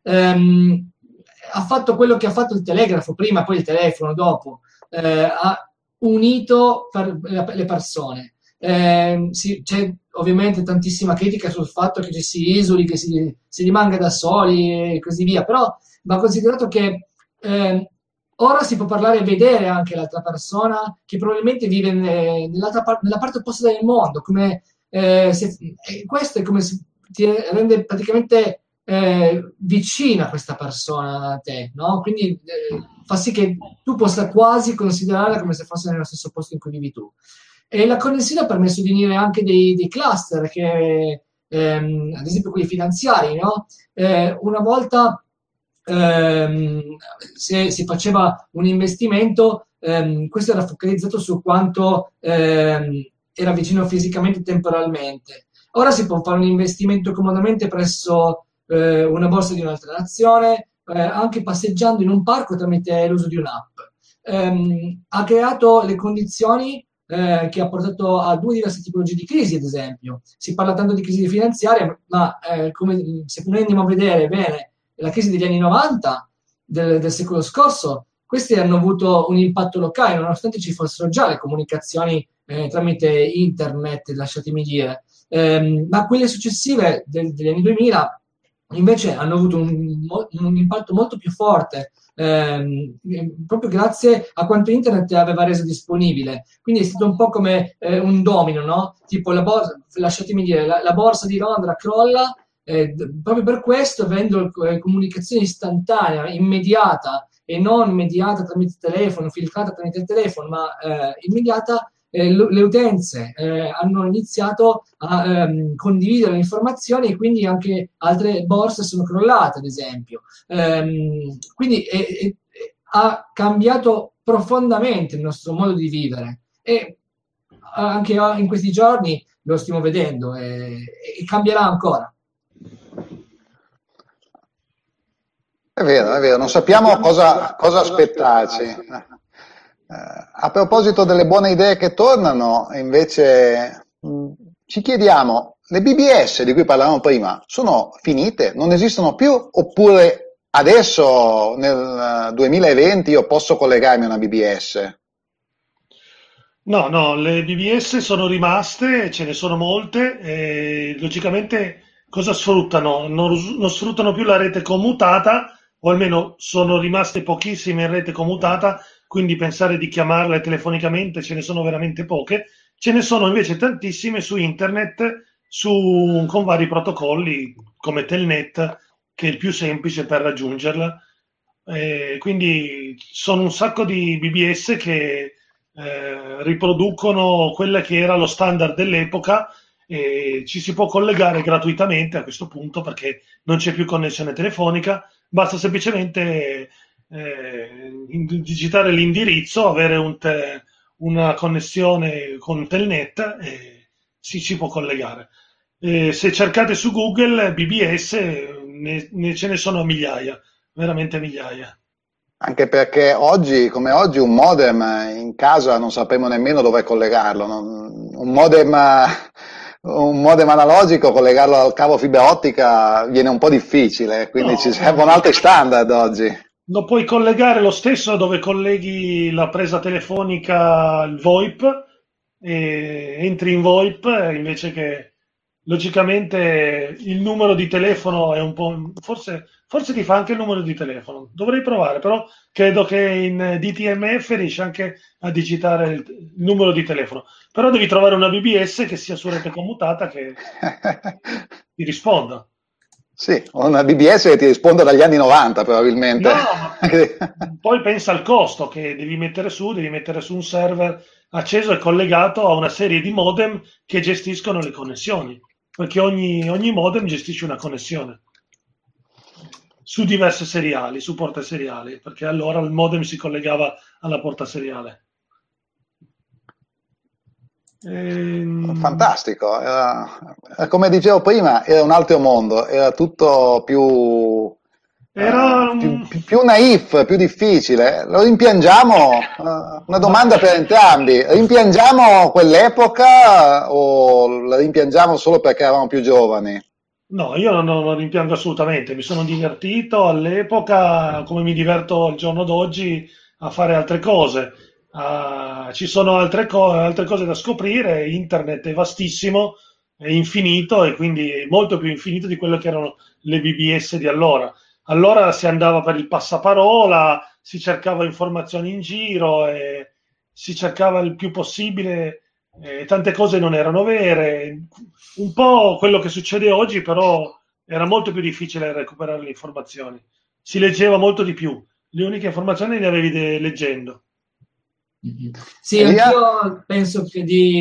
Speaker 3: Ha fatto quello che ha fatto il telegrafo prima, poi il telefono dopo. Ha unito le persone. C'è ovviamente tantissima critica sul fatto che ci si isoli, che si rimanga da soli e così via, però va considerato che ora si può parlare e vedere anche l'altra persona che probabilmente vive nella parte opposta del mondo, questo è come se ti rende praticamente vicina questa persona a te, no? Quindi fa sì che tu possa quasi considerarla come se fosse nello stesso posto in cui vivi tu. E la connessione ha permesso di unire anche dei cluster, che, ad esempio quelli finanziari, no? Una volta se si faceva un investimento, questo era focalizzato su quanto era vicino fisicamente e temporalmente. Ora si può fare un investimento comodamente presso una borsa di un'altra nazione, anche passeggiando in un parco tramite l'uso di un'app. Ha creato le condizioni che ha portato a due diverse tipologie di crisi, ad esempio. Si parla tanto di crisi finanziaria, ma se noi andiamo a vedere bene la crisi degli anni 90 del secolo scorso, questi hanno avuto un impatto locale, nonostante ci fossero già le comunicazioni tramite internet, lasciatemi dire. Ma quelle successive degli anni 2000 invece hanno avuto un impatto molto più forte, proprio grazie a quanto internet aveva reso disponibile. Quindi è stato un po' come un domino, no? Tipo lasciatemi dire, la borsa di Londra crolla, proprio per questo, avendo comunicazione istantanea, immediata e non mediata tramite telefono, filtrata tramite il telefono, ma immediata, le utenze hanno iniziato a condividere le informazioni, e quindi anche altre borse sono crollate, ad esempio. Quindi ha cambiato profondamente il nostro modo di vivere, e anche in questi giorni lo stiamo vedendo, e cambierà ancora.
Speaker 1: È vero, non sappiamo cosa aspettarci. A proposito delle buone idee che tornano, invece, ci chiediamo, le BBS di cui parlavamo prima sono finite? Non esistono più? Oppure adesso, nel 2020, io posso collegarmi a una BBS?
Speaker 2: No, le BBS sono rimaste, ce ne sono molte, e logicamente cosa sfruttano? Non sfruttano più la rete commutata, o almeno sono rimaste pochissime in rete commutata, quindi pensare di chiamarle telefonicamente ce ne sono veramente poche. Ce ne sono invece tantissime su internet, con vari protocolli come Telnet, che è il più semplice per raggiungerla. Quindi sono un sacco di BBS che riproducono quella che era lo standard dell'epoca, e ci si può collegare gratuitamente a questo punto, perché non c'è più connessione telefonica, basta semplicemente digitare l'indirizzo, avere una connessione con Telnet, e si può collegare. Se cercate su Google BBS, ce ne sono migliaia, veramente migliaia.
Speaker 1: Anche perché oggi, come oggi, un modem in casa non sapremo nemmeno dove collegarlo. Un modem analogico, collegarlo al cavo fibra ottica viene un po' difficile, quindi ci servono altri standard oggi.
Speaker 2: Lo puoi collegare lo stesso dove colleghi la presa telefonica, il VoIP, e entri in VoIP invece che logicamente il numero di telefono è un po', forse ti fa anche il numero di telefono. Dovrei provare, però credo che in DTMF riesci anche a digitare il numero di telefono. Però devi trovare una BBS che sia su rete commutata che ti risponda.
Speaker 1: Sì, una BBS che ti risponda dagli anni 90 probabilmente.
Speaker 2: No, ma poi pensa al costo che devi mettere su un server acceso e collegato a una serie di modem che gestiscono le connessioni, perché ogni modem gestisce una connessione su diverse seriali, su porte seriali, perché allora il modem si collegava alla porta seriale.
Speaker 1: Fantastico, come dicevo prima, era un altro mondo, era tutto
Speaker 2: Era
Speaker 1: più naif, più difficile. Lo rimpiangiamo? Una domanda per entrambi. Rimpiangiamo quell'epoca o la rimpiangiamo solo perché eravamo più giovani?
Speaker 2: No, io non lo rimpiango assolutamente, mi sono divertito all'epoca come mi diverto al giorno d'oggi a fare altre cose. Ci sono altre cose da scoprire, internet è vastissimo, è infinito e quindi è molto più infinito di quello che erano le BBS di allora. Allora si andava per il passaparola, si cercava informazioni in giro e si cercava il più possibile, tante cose non erano vere. Un po' quello che succede oggi, però era molto più difficile recuperare le informazioni. Si leggeva molto di più. Le uniche informazioni le avevi leggendo.
Speaker 3: Sì, anch'io penso che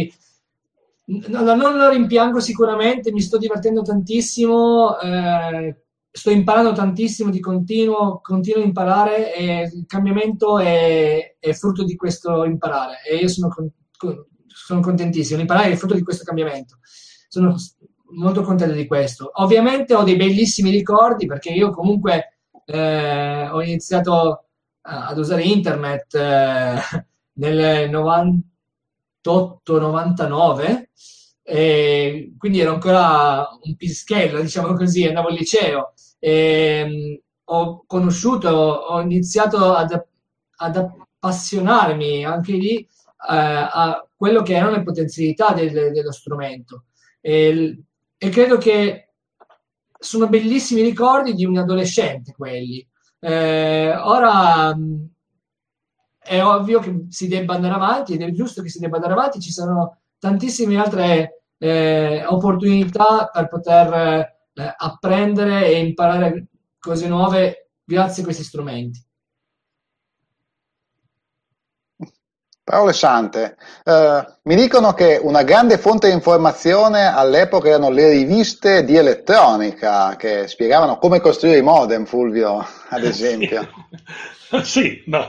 Speaker 3: non lo rimpiango sicuramente, mi sto divertendo tantissimo, sto imparando tantissimo di continuo a imparare e il cambiamento è frutto di questo imparare e io sono contentissimo. L'imparare è frutto di questo cambiamento. Sono molto contento di questo. Ovviamente ho dei bellissimi ricordi perché io comunque ho iniziato ad usare internet nel 98-99 e quindi ero ancora un pischello, diciamo così, andavo al liceo e ho iniziato ad appassionarmi anche lì a quello che erano le potenzialità dello strumento e credo che sono bellissimi ricordi di un adolescente quelli. Ora è ovvio che si debba andare avanti ed è giusto che si debba andare avanti, ci sono tantissime altre opportunità per poter apprendere e imparare cose nuove grazie a questi strumenti.
Speaker 1: Parole sante. Mi dicono che una grande fonte di informazione all'epoca erano le riviste di elettronica che spiegavano come costruire i modem, Fulvio, ad esempio.
Speaker 2: Sì, no.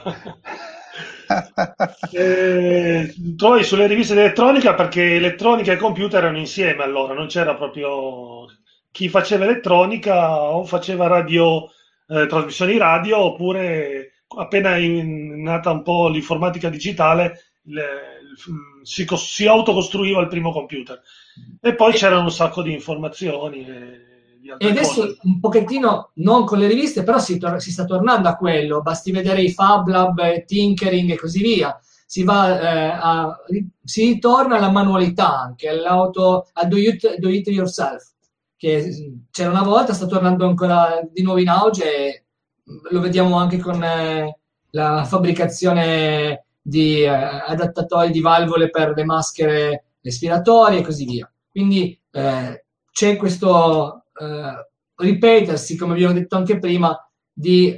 Speaker 2: Trovi sulle riviste di elettronica perché elettronica e computer erano insieme allora, non c'era proprio chi faceva elettronica o faceva radio, trasmissioni radio oppure appena nata un po' l'informatica digitale si autocostruiva il primo computer e poi c'erano un sacco di informazioni
Speaker 3: e adesso
Speaker 2: cose.
Speaker 3: Un pochettino non con le riviste però si sta tornando a quello, basti vedere i Fab Lab, Tinkering e così via, si ritorna alla manualità anche, a do it yourself che c'era una volta, sta tornando ancora di nuovo in auge e lo vediamo anche con la fabbricazione di adattatori di valvole per le maschere respiratorie e così via. Quindi c'è questo ripetersi, come abbiamo detto anche prima, di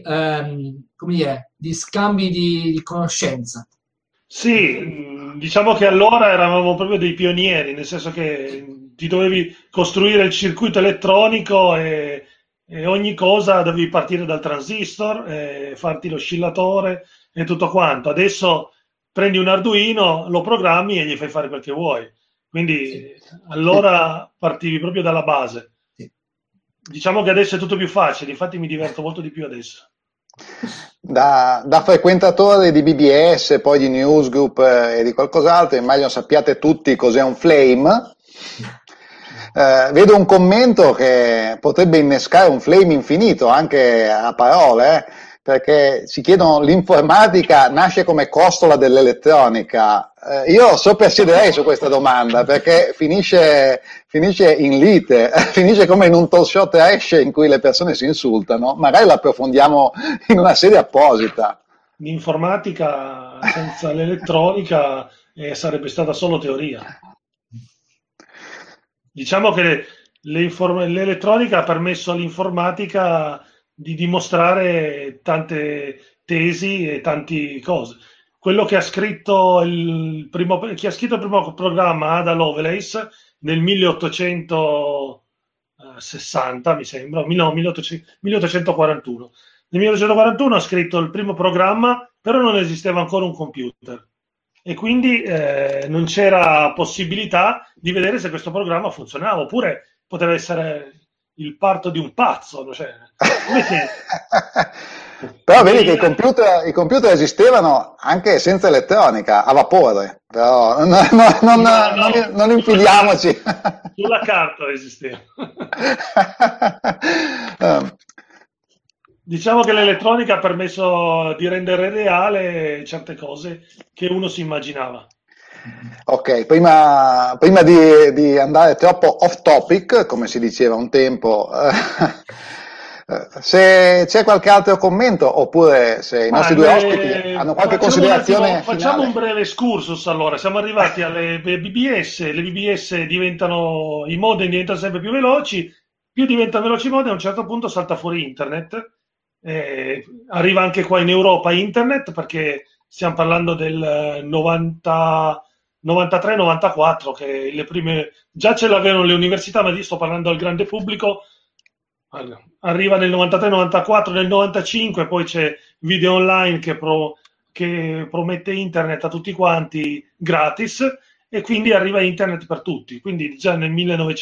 Speaker 3: scambi di conoscenza.
Speaker 2: Sì, diciamo che allora eravamo proprio dei pionieri, nel senso che ti dovevi costruire il circuito elettronico e ogni cosa dovevi partire dal transistor, farti l'oscillatore e tutto quanto. Adesso prendi un Arduino, lo programmi e gli fai fare quel che vuoi. Quindi allora partivi proprio dalla base.
Speaker 3: Sì.
Speaker 2: Diciamo che adesso è tutto più facile, infatti mi diverto molto di più adesso.
Speaker 1: Da frequentatore di BBS, poi di Newsgroup e di qualcos'altro, immagino sappiate tutti cos'è un flame. Vedo un commento che potrebbe innescare un flame infinito anche a parole, perché ci chiedono l'informatica nasce come costola dell'elettronica. Io soprassiederei su questa domanda perché finisce in lite, finisce come in un talk show trash in cui le persone si insultano. Magari la approfondiamo in una serie apposita.
Speaker 2: L'informatica senza l'elettronica sarebbe stata solo teoria. Diciamo che l'elettronica ha permesso all'informatica di dimostrare tante tesi e tante cose. Quello che ha scritto chi ha scritto il primo programma, Ada Lovelace, nel 1860, mi sembra, no, 1841. Nel 1841 ha scritto il primo programma, però non esisteva ancora un computer e quindi non c'era possibilità di vedere se questo programma funzionava, oppure poteva essere il parto di un pazzo. Cioè,
Speaker 1: però vedi che i computer esistevano anche senza elettronica, a vapore, però non infiliamoci.
Speaker 2: Sulla carta esisteva. Diciamo che l'elettronica ha permesso di rendere reale certe cose che uno si immaginava.
Speaker 1: Ok, prima di andare troppo off topic, come si diceva un tempo, se c'è qualche altro commento oppure se i nostri due ospiti hanno qualche considerazione
Speaker 2: facciamo
Speaker 1: finale.
Speaker 2: un breve excursus. Allora, siamo arrivati alle BBS, le BBS diventano, i modem diventano sempre più veloci, più diventano veloci i modem, a un certo punto salta fuori internet. Arriva anche qua in Europa internet, perché stiamo parlando del 93-94, che le prime già ce l'avevano le università, ma io sto parlando al grande pubblico. Arriva nel 93-94, nel 95 poi c'è Video Online che promette internet a tutti quanti gratis, e quindi arriva internet per tutti. Quindi già nel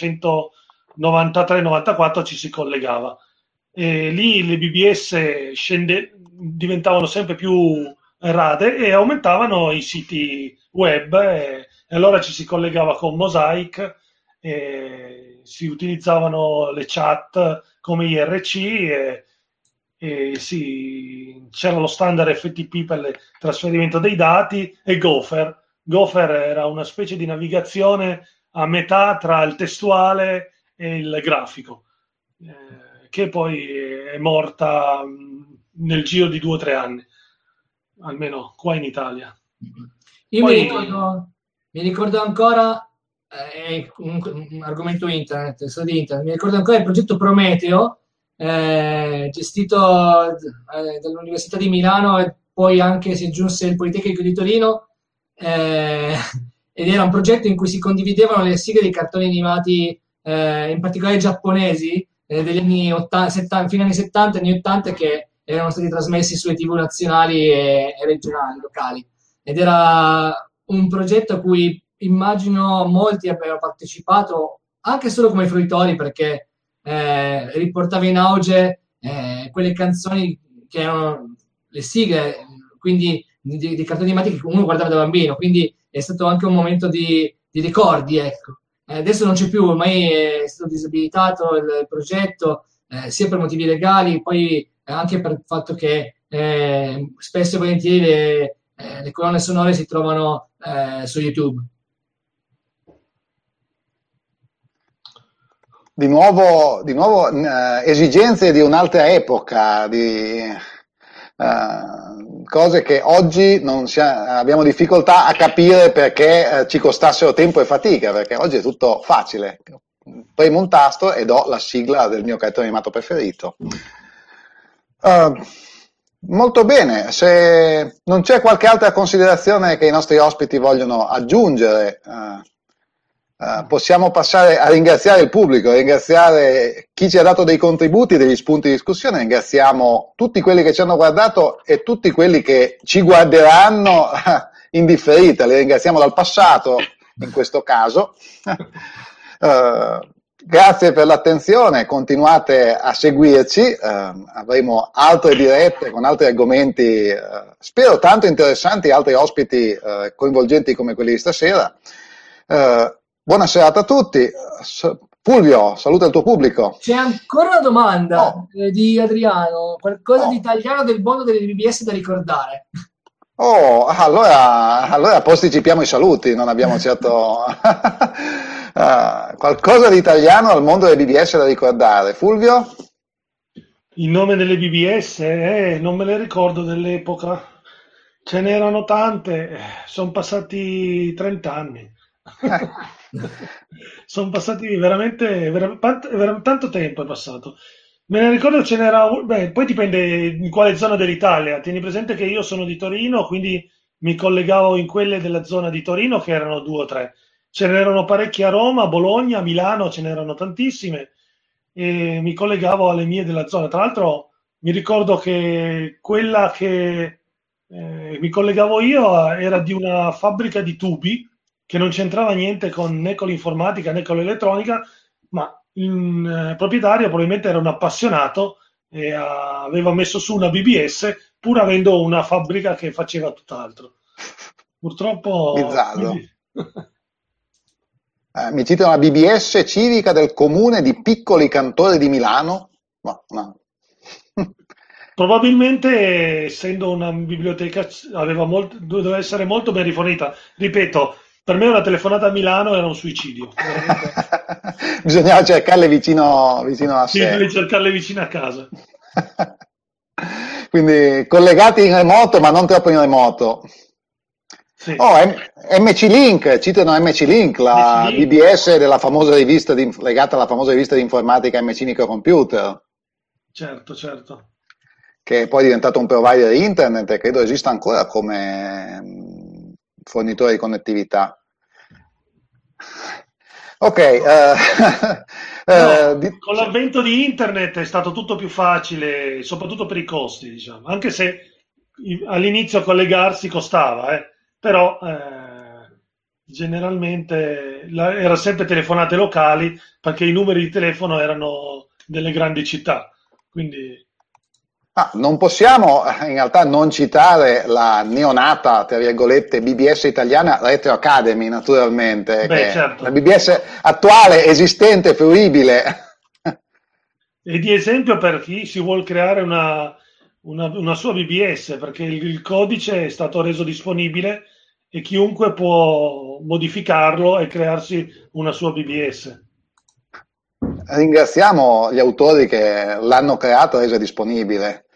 Speaker 2: 1993-94 ci si collegava. E lì le BBS diventavano sempre più rade e aumentavano i siti web, e allora ci si collegava con Mosaic e si utilizzavano le chat come IRC e c'era lo standard FTP per il trasferimento dei dati, e Gopher. Gopher era una specie di navigazione a metà tra il testuale e il grafico, che poi è morta nel giro di 2 o 3 anni, almeno qua in Italia.
Speaker 3: Io poi mi ricordo ancora un argomento internet, di internet, mi ricordo ancora il progetto Prometeo, gestito dall'Università di Milano, e poi anche si aggiunse il Politecnico di Torino, ed era un progetto in cui si condividevano le sigle dei cartoni animati, in particolare giapponesi, degli anni 80, fine anni 70 e anni 80, che erano stati trasmessi sulle TV nazionali e regionali, locali. Ed era un progetto a cui immagino molti abbiano partecipato, anche solo come fruitori, perché riportava in auge quelle canzoni che erano le sigle, quindi di cartoni animati che uno guardava da bambino, quindi è stato anche un momento di ricordi, ecco. Adesso non c'è più, ormai è stato disabilitato il progetto, sia per motivi legali, poi anche per il fatto che spesso e volentieri le colonne sonore si trovano su YouTube.
Speaker 1: Di nuovo esigenze di un'altra epoca, di cose che oggi abbiamo difficoltà a capire perché ci costassero tempo e fatica, perché oggi è tutto facile. Premo un tasto e do la sigla del mio cartone animato preferito. Molto bene, se non c'è qualche altra considerazione che i nostri ospiti vogliono aggiungere, possiamo passare a ringraziare il pubblico, ringraziare chi ci ha dato dei contributi, degli spunti di discussione. Ringraziamo tutti quelli che ci hanno guardato e tutti quelli che ci guarderanno in differita. Li ringraziamo dal passato, in questo caso. Grazie per l'attenzione, continuate a seguirci, avremo altre dirette con altri argomenti, spero tanto interessanti, altri ospiti coinvolgenti come quelli di stasera. Buona serata a tutti, Fulvio, saluta il tuo pubblico.
Speaker 3: C'è ancora una domanda di Adriano, qualcosa di
Speaker 1: Oh.
Speaker 3: italiano del mondo delle BBS da ricordare.
Speaker 1: Oh, allora posticipiamo i saluti, non abbiamo certo qualcosa di italiano al mondo delle BBS da ricordare. Fulvio?
Speaker 2: Il nome delle BBS? Non me le ricordo dell'epoca. Ce n'erano tante, sono passati 30 anni. Sono passati tanto tempo è passato. Me ne ricordo ce n'era, beh, poi dipende in quale zona dell'Italia. Tieni presente che io sono di Torino, quindi mi collegavo in quelle della zona di Torino, che erano due o tre. Ce n'erano parecchie a Roma, Bologna, Milano, ce n'erano tantissime e mi collegavo alle mie della zona. Tra l'altro mi ricordo che quella che mi collegavo io era di una fabbrica di tubi che non c'entrava niente né con l'informatica né con l'elettronica, ma il proprietario probabilmente era un appassionato e aveva messo su una BBS pur avendo una fabbrica che faceva tutt'altro. Purtroppo...
Speaker 1: Bizzarro. Mi citano la BBS civica del comune di Piccoli Cantori di Milano. No.
Speaker 2: Probabilmente, essendo una biblioteca, doveva essere molto ben rifornita. Ripeto, per me una telefonata a Milano era un suicidio.
Speaker 1: Bisognava cercarle vicino a
Speaker 2: Sì,
Speaker 1: sé.
Speaker 2: devi cercarle vicino a casa.
Speaker 1: Quindi collegati in remoto, ma non troppo in remoto.
Speaker 2: Sì.
Speaker 1: Oh, MC Link, citano MC Link, la
Speaker 2: MC Link.
Speaker 1: BBS della famosa rivista legata alla famosa rivista di informatica MC Microcomputer,
Speaker 2: Certo.
Speaker 1: che poi è diventato un provider internet e credo esista ancora come fornitore di connettività. Ok,
Speaker 2: con l'avvento di internet è stato tutto più facile, soprattutto per i costi, diciamo. Anche se all'inizio collegarsi costava, però generalmente era sempre telefonate locali perché i numeri di telefono erano delle grandi città, quindi...
Speaker 1: non possiamo in realtà non citare la neonata, tra virgolette, BBS italiana Retro Academy, naturalmente,
Speaker 2: Beh, certo.
Speaker 1: La BBS attuale, esistente, fruibile.
Speaker 2: E di esempio per chi si vuol creare una sua BBS, perché il codice è stato reso disponibile e chiunque può modificarlo e crearsi una sua BBS.
Speaker 1: Ringraziamo gli autori che l'hanno creato e reso disponibile.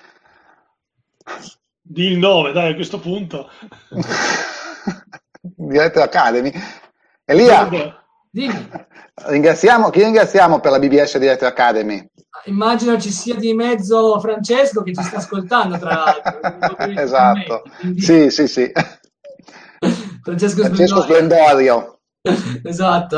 Speaker 2: Di il nome, dai, a questo punto.
Speaker 1: Di Retro Academy. Elia,
Speaker 3: Dimmi.
Speaker 1: chi ringraziamo per la BBS di Retro Academy?
Speaker 3: Immagino ci sia di mezzo Francesco che ci sta ascoltando, tra l'altro.
Speaker 1: Esatto,
Speaker 3: Quindi...
Speaker 1: sì.
Speaker 3: Francesco
Speaker 1: Splendorio.
Speaker 3: Esatto.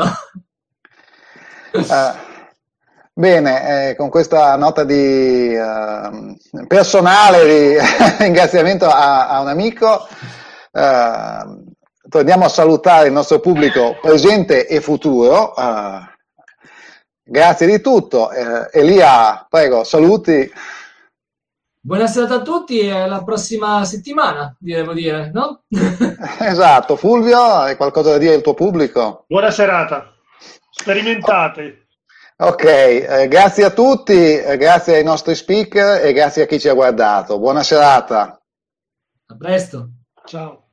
Speaker 1: Bene, con questa nota di personale di ringraziamento a un amico, torniamo a salutare il nostro pubblico presente e futuro. Grazie di tutto. Elia, prego, saluti.
Speaker 3: Buonasera a tutti e alla prossima settimana, devo dire, no?
Speaker 1: Esatto. Fulvio, hai qualcosa da dire al tuo pubblico?
Speaker 2: Buona serata. Sperimentate.
Speaker 1: Ok, grazie a tutti, grazie ai nostri speaker e grazie a chi ci ha guardato. Buona serata.
Speaker 3: A presto.
Speaker 2: Ciao.